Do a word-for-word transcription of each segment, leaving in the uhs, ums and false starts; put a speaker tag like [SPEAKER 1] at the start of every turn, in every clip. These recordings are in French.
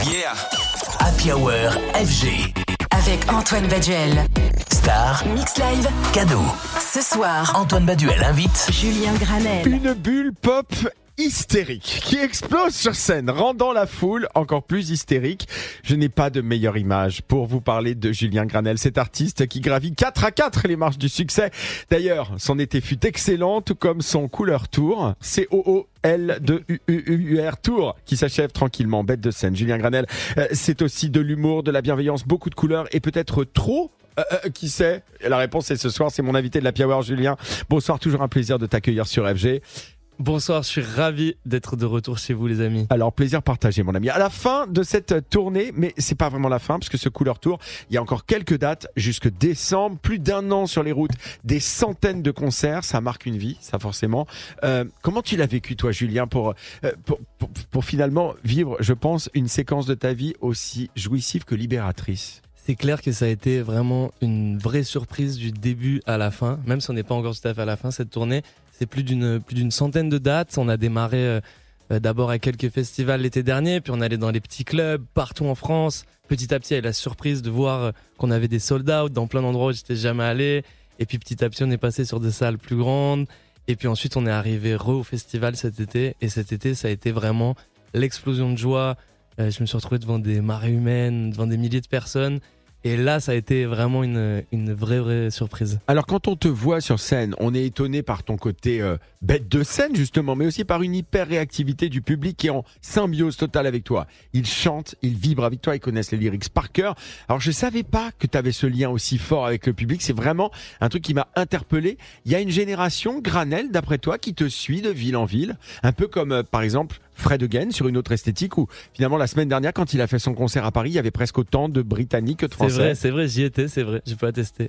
[SPEAKER 1] Yeah. Happy Hour F G.
[SPEAKER 2] Avec Antoine Baduel.
[SPEAKER 1] Star.
[SPEAKER 2] Mix Live.
[SPEAKER 1] Cadeau.
[SPEAKER 2] Ce soir,
[SPEAKER 1] Antoine Baduel invite
[SPEAKER 2] Julien Granel.
[SPEAKER 3] Une bulle pop hystérique qui explose sur scène, rendant la foule encore plus hystérique. Je n'ai pas de meilleure image pour vous parler de Julien Granel, cet artiste qui gravit quatre à quatre les marches du succès. D'ailleurs, son été fut excellent, tout comme son Couleur Tour, C O O L deux U U U R Tour, qui s'achève tranquillement, bête de scène. Julien Granel, euh, c'est aussi de l'humour, de la bienveillance, beaucoup de couleurs et peut-être trop. Euh, euh, qui sait? La réponse est ce soir, c'est mon invité de l'Happy Hour, Julien. Bonsoir, toujours un plaisir de t'accueillir sur F G.
[SPEAKER 4] Bonsoir, je suis ravi d'être de retour chez vous les amis.
[SPEAKER 3] Alors plaisir partagé mon ami. À la fin de cette tournée, mais c'est pas vraiment la fin parce que ce Couleur Tour, il y a encore quelques dates jusque décembre, plus d'un an sur les routes, des centaines de concerts, ça marque une vie, ça forcément. Euh, comment tu l'as vécu toi Julien pour, euh, pour, pour, pour finalement vivre, je pense, une séquence de ta vie aussi jouissive que libératrice?
[SPEAKER 4] C'est clair que ça a été vraiment une vraie surprise du début à la fin, même si on n'est pas encore tout à fait à la fin cette tournée. C'est plus d'une plus d'une centaine de dates. On a démarré euh, d'abord à quelques festivals l'été dernier, puis on allait dans les petits clubs partout en France. Petit à petit, il y a eu la surprise de voir euh, qu'on avait des sold out dans plein d'endroits où j'étais jamais allé. Et puis petit à petit, on est passé sur des salles plus grandes. Et puis ensuite, on est arrivé re au festival cet été. Et cet été, ça a été vraiment l'explosion de joie. Euh, je me suis retrouvé devant des marées humaines, devant des milliers de personnes. Et là, ça a été vraiment une, une vraie, vraie surprise.
[SPEAKER 3] Alors, quand on te voit sur scène, on est étonné par ton côté euh, bête de scène, justement, mais aussi par une hyper réactivité du public qui est en symbiose totale avec toi. Ils chantent, ils vibrent avec toi, ils connaissent les lyrics par cœur. Alors, je savais pas que tu avais ce lien aussi fort avec le public. C'est vraiment un truc qui m'a interpellé. Il y a une génération, Granel, d'après toi, qui te suit de ville en ville. Un peu comme, euh, par exemple, Fred Again sur une autre esthétique où finalement la semaine dernière quand il a fait son concert à Paris il y avait presque autant de Britanniques que de Français.
[SPEAKER 4] C'est vrai, c'est vrai, j'y étais, c'est vrai, j'ai pas attesté.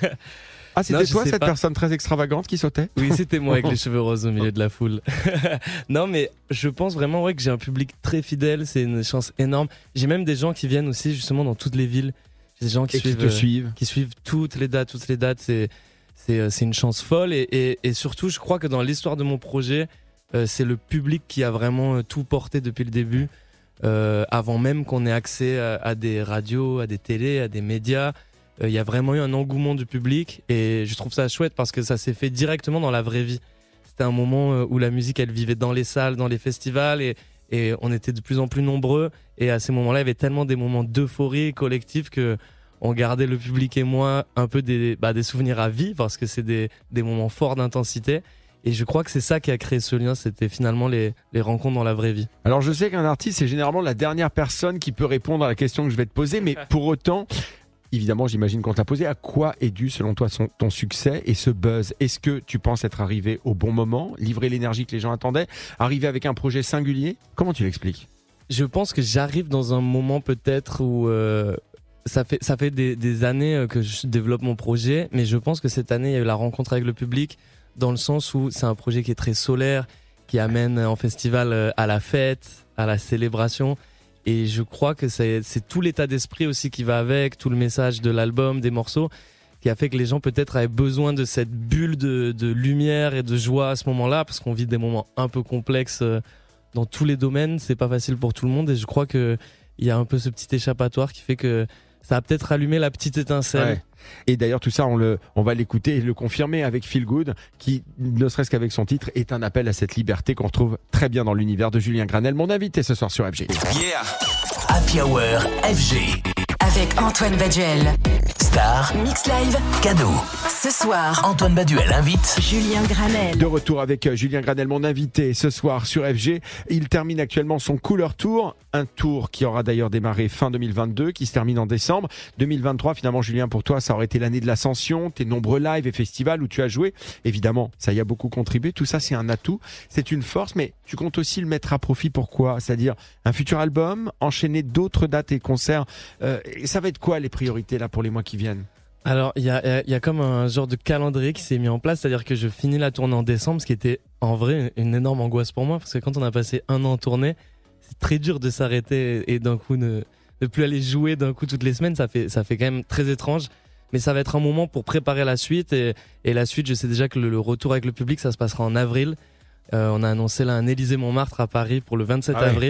[SPEAKER 3] Ah c'était
[SPEAKER 4] non,
[SPEAKER 3] toi cette
[SPEAKER 4] pas.
[SPEAKER 3] personne très extravagante qui sautait?
[SPEAKER 4] Oui c'était moi avec les cheveux roses au milieu de la foule. Non mais je pense vraiment ouais, que j'ai un public très fidèle, c'est une chance énorme. J'ai même des gens qui viennent aussi justement dans toutes les villes. J'ai des gens qui,
[SPEAKER 3] Et
[SPEAKER 4] suivent,
[SPEAKER 3] qui te suivent.
[SPEAKER 4] Euh, qui suivent toutes les dates, toutes les dates, c'est, c'est, c'est une chance folle et, et, et surtout je crois que dans l'histoire de mon projet, Euh, c'est le public qui a vraiment euh, tout porté depuis le début, euh, avant même qu'on ait accès à, à des radios, à des télés, à des médias. Il euh, y a vraiment eu un engouement du public et je trouve ça chouette parce que ça s'est fait directement dans la vraie vie. C'était un moment euh, où la musique elle vivait dans les salles, dans les festivals et, et on était de plus en plus nombreux et à ces moments-là il y avait tellement des moments d'euphorie collective que on gardait le public et moi un peu des, bah, des souvenirs à vie parce que c'est des, des moments forts d'intensité. Et je crois que c'est ça qui a créé ce lien, c'était finalement les, les rencontres dans la vraie vie.
[SPEAKER 3] Alors je sais qu'un artiste, c'est généralement la dernière personne qui peut répondre à la question que je vais te poser, mais pour autant, évidemment, j'imagine qu'on t'a posé, à quoi est dû selon toi son, ton succès et ce buzz? Est-ce que tu penses être arrivé au bon moment, livrer l'énergie que les gens attendaient, arriver avec un projet singulier? Comment tu l'expliques?
[SPEAKER 4] Je pense que j'arrive dans un moment peut-être où... Euh Ça fait, ça fait des, des années que je développe mon projet, mais je pense que cette année, il y a eu la rencontre avec le public, dans le sens où c'est un projet qui est très solaire, qui amène en festival à la fête, à la célébration. Et je crois que c'est, c'est tout l'état d'esprit aussi qui va avec, tout le message de l'album, des morceaux, qui a fait que les gens peut-être avaient besoin de cette bulle de, de lumière et de joie à ce moment-là, parce qu'on vit des moments un peu complexes dans tous les domaines, c'est pas facile pour tout le monde. Et je crois qu'il y a un peu ce petit échappatoire qui fait que ça a peut-être allumé la petite étincelle.
[SPEAKER 3] Ouais. Et d'ailleurs tout ça on, le, on va l'écouter et le confirmer avec Feel Good qui, ne serait-ce qu'avec son titre, est un appel à cette liberté qu'on retrouve très bien dans l'univers de Julien Granel, mon invité ce soir sur F G.
[SPEAKER 1] Yeah. Happy Hour F G.
[SPEAKER 2] Avec Antoine Baduel.
[SPEAKER 1] Star.
[SPEAKER 2] Mix Live.
[SPEAKER 1] Cadeau.
[SPEAKER 2] Ce soir,
[SPEAKER 1] Antoine Baduel invite
[SPEAKER 2] Julien Granel.
[SPEAKER 3] De retour avec Julien Granel, mon invité ce soir sur F G. Il termine actuellement son Couleur Tour, un tour qui aura d'ailleurs démarré fin deux mille vingt-deux, qui se termine en décembre. deux mille vingt-trois, finalement, Julien, pour toi, ça aurait été l'année de l'ascension, tes nombreux lives et festivals où tu as joué. Évidemment, ça y a beaucoup contribué. Tout ça, c'est un atout, c'est une force, mais tu comptes aussi le mettre à profit. Pourquoi? C'est-à-dire un futur album, enchaîner d'autres dates et concerts. Euh, et ça va être quoi les priorités là pour les mois qui viennent?
[SPEAKER 4] Alors, il y a, il y a comme un genre de calendrier qui s'est mis en place, c'est-à-dire que je finis la tournée en décembre, ce qui était en vrai une énorme angoisse pour moi, parce que quand on a passé un an en tournée, c'est très dur de s'arrêter et d'un coup ne, ne plus aller jouer d'un coup toutes les semaines, ça fait, ça fait quand même très étrange. Mais ça va être un moment pour préparer la suite et, et la suite, je sais déjà que le, le retour avec le public, ça se passera en avril. Euh, on a annoncé là un Élysée Montmartre à Paris pour le vingt-sept
[SPEAKER 3] ah ouais.
[SPEAKER 4] avril.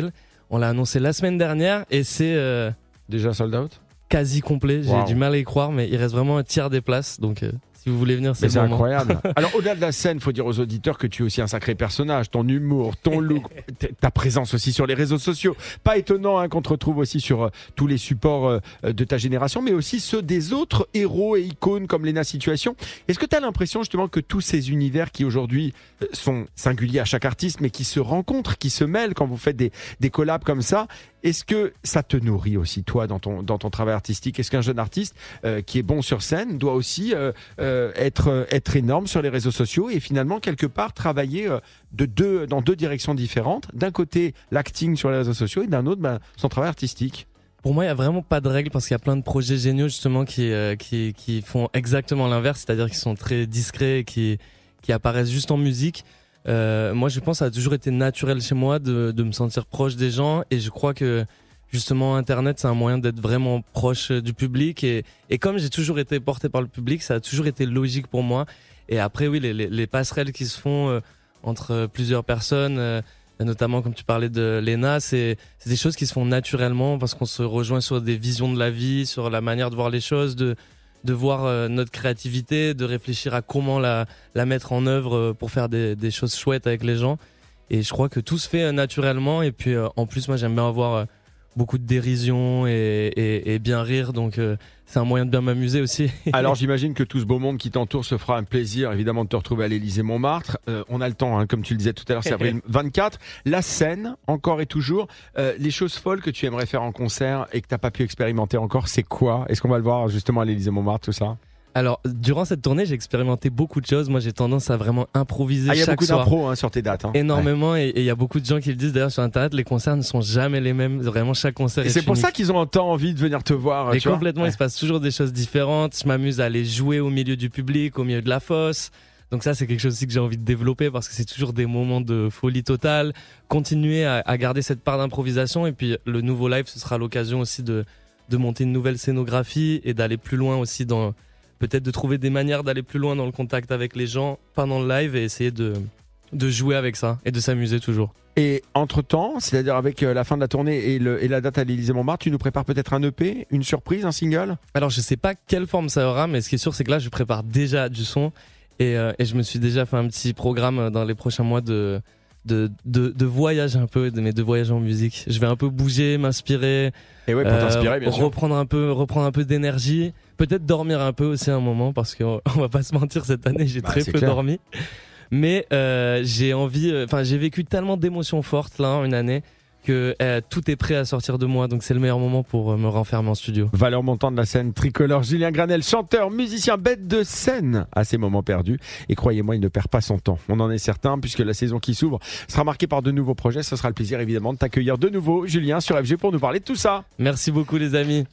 [SPEAKER 4] On l'a annoncé la semaine dernière et c'est euh,
[SPEAKER 3] Déjà sold out?
[SPEAKER 4] quasi complet. J'ai
[SPEAKER 3] Wow.
[SPEAKER 4] du mal à y croire, mais il reste vraiment un tiers des places. Donc, euh, si vous voulez venir, c'est
[SPEAKER 3] Mais
[SPEAKER 4] le
[SPEAKER 3] c'est
[SPEAKER 4] moment.
[SPEAKER 3] incroyable. Alors, au-delà de la scène, faut dire aux auditeurs que tu es aussi un sacré personnage. Ton humour, ton look, t- ta présence aussi sur les réseaux sociaux. Pas étonnant hein, qu'on te retrouve aussi sur euh, tous les supports euh, de ta génération, mais aussi ceux des autres héros et icônes comme Léna Situation. Est-ce que tu as l'impression justement que tous ces univers qui aujourd'hui euh, sont singuliers à chaque artiste, mais qui se rencontrent, qui se mêlent quand vous faites des, des collabs comme ça, est-ce que ça te nourrit aussi, toi, dans ton, dans ton travail artistique? Est-ce qu'un jeune artiste euh, qui est bon sur scène doit aussi euh, euh, être, euh, être énorme sur les réseaux sociaux et finalement, quelque part, travailler euh, de deux, dans deux directions différentes? D'un côté, l'acting sur les réseaux sociaux et d'un autre, ben, son travail artistique.
[SPEAKER 4] Pour moi, il n'y a vraiment pas de règle parce qu'il y a plein de projets géniaux justement qui, euh, qui, qui font exactement l'inverse, c'est-à-dire qu'ils sont très discrets et qui, qui apparaissent juste en musique. Euh, moi, je pense que ça a toujours été naturel chez moi de, de me sentir proche des gens et je crois que justement Internet, c'est un moyen d'être vraiment proche du public et, et comme j'ai toujours été porté par le public, ça a toujours été logique pour moi. Et après, oui, les, les, les passerelles qui se font euh, entre plusieurs personnes, euh, notamment comme tu parlais de Léna, c'est, c'est des choses qui se font naturellement parce qu'on se rejoint sur des visions de la vie, sur la manière de voir les choses, de de voir euh, notre créativité, de réfléchir à comment la, la mettre en œuvre euh, pour faire des, des choses chouettes avec les gens. Et je crois que tout se fait euh, naturellement. Et puis euh, en plus, moi j'aime bien avoir euh, beaucoup de dérision et, et, et bien rire. Donc euh, c'est un moyen de bien m'amuser aussi.
[SPEAKER 3] Alors j'imagine que tout ce beau monde qui t'entoure se fera un plaisir évidemment de te retrouver à l'Élysée-Montmartre. Euh, on a le temps, hein, comme tu le disais tout à l'heure, c'est avril vingt-quatre. La scène, encore et toujours. Euh, les choses folles que tu aimerais faire en concert et que t'as pas pu expérimenter encore, c'est quoi? Est-ce qu'on va le voir justement à l'Élysée-Montmartre, tout ça?
[SPEAKER 4] Alors, durant cette tournée, j'ai expérimenté beaucoup de choses. Moi, j'ai tendance à vraiment improviser
[SPEAKER 3] Ah, il y a
[SPEAKER 4] chaque
[SPEAKER 3] beaucoup
[SPEAKER 4] soir.
[SPEAKER 3] d'impro hein, sur tes dates. Hein.
[SPEAKER 4] Énormément, ouais. et il y a beaucoup de gens qui le disent d'ailleurs sur Internet, les concerts ne sont jamais les mêmes. Vraiment, chaque concert
[SPEAKER 3] Et
[SPEAKER 4] est
[SPEAKER 3] c'est pour
[SPEAKER 4] unique.
[SPEAKER 3] ça qu'ils ont tant envie de venir te voir.
[SPEAKER 4] Et
[SPEAKER 3] tu vois.
[SPEAKER 4] complètement,
[SPEAKER 3] Ouais.
[SPEAKER 4] il se passe toujours des choses différentes. Je m'amuse à aller jouer au milieu du public, au milieu de la fosse. Donc ça, c'est quelque chose aussi que j'ai envie de développer parce que c'est toujours des moments de folie totale. Continuer à, à garder cette part d'improvisation. Et puis, le nouveau live, ce sera l'occasion aussi de, de monter une nouvelle scénographie et d'aller plus loin aussi dans... Peut-être de trouver des manières d'aller plus loin dans le contact avec les gens pendant le live et essayer de, de jouer avec ça et de s'amuser toujours.
[SPEAKER 3] Et entre-temps, c'est-à-dire avec euh, la fin de la tournée et, le, et la date à l'Élysée-Montmartre, tu nous prépares peut-être un E P, une surprise, un single?
[SPEAKER 4] Alors je sais pas quelle forme ça aura, mais ce qui est sûr c'est que là je prépare déjà du son et, euh, et je me suis déjà fait un petit programme dans les prochains mois de, de, de, de voyage un peu, de, mais de voyage en musique. Je vais un peu bouger, m'inspirer,
[SPEAKER 3] Et ouais, pour
[SPEAKER 4] euh,
[SPEAKER 3] t'inspirer, bien sûr.
[SPEAKER 4] reprendre un peu, reprendre un peu d'énergie, peut-être dormir un peu aussi un moment parce qu'on on va pas se mentir, cette année j'ai
[SPEAKER 3] Bah,
[SPEAKER 4] très
[SPEAKER 3] c'est
[SPEAKER 4] peu
[SPEAKER 3] clair.
[SPEAKER 4] dormi. Mais euh, j'ai envie, enfin j'ai vécu tellement d'émotions fortes là en une année que euh, tout est prêt à sortir de moi, donc c'est le meilleur moment pour euh, me renfermer en studio.
[SPEAKER 3] Valeur montante de la scène tricolore, Julien Granel, chanteur, musicien, bête de scène à ses moments perdus. Et croyez-moi, il ne perd pas son temps. On en est certain, puisque la saison qui s'ouvre sera marquée par de nouveaux projets. Ce sera le plaisir évidemment de t'accueillir de nouveau, Julien, sur F G pour nous parler de tout ça.
[SPEAKER 4] Merci beaucoup les amis.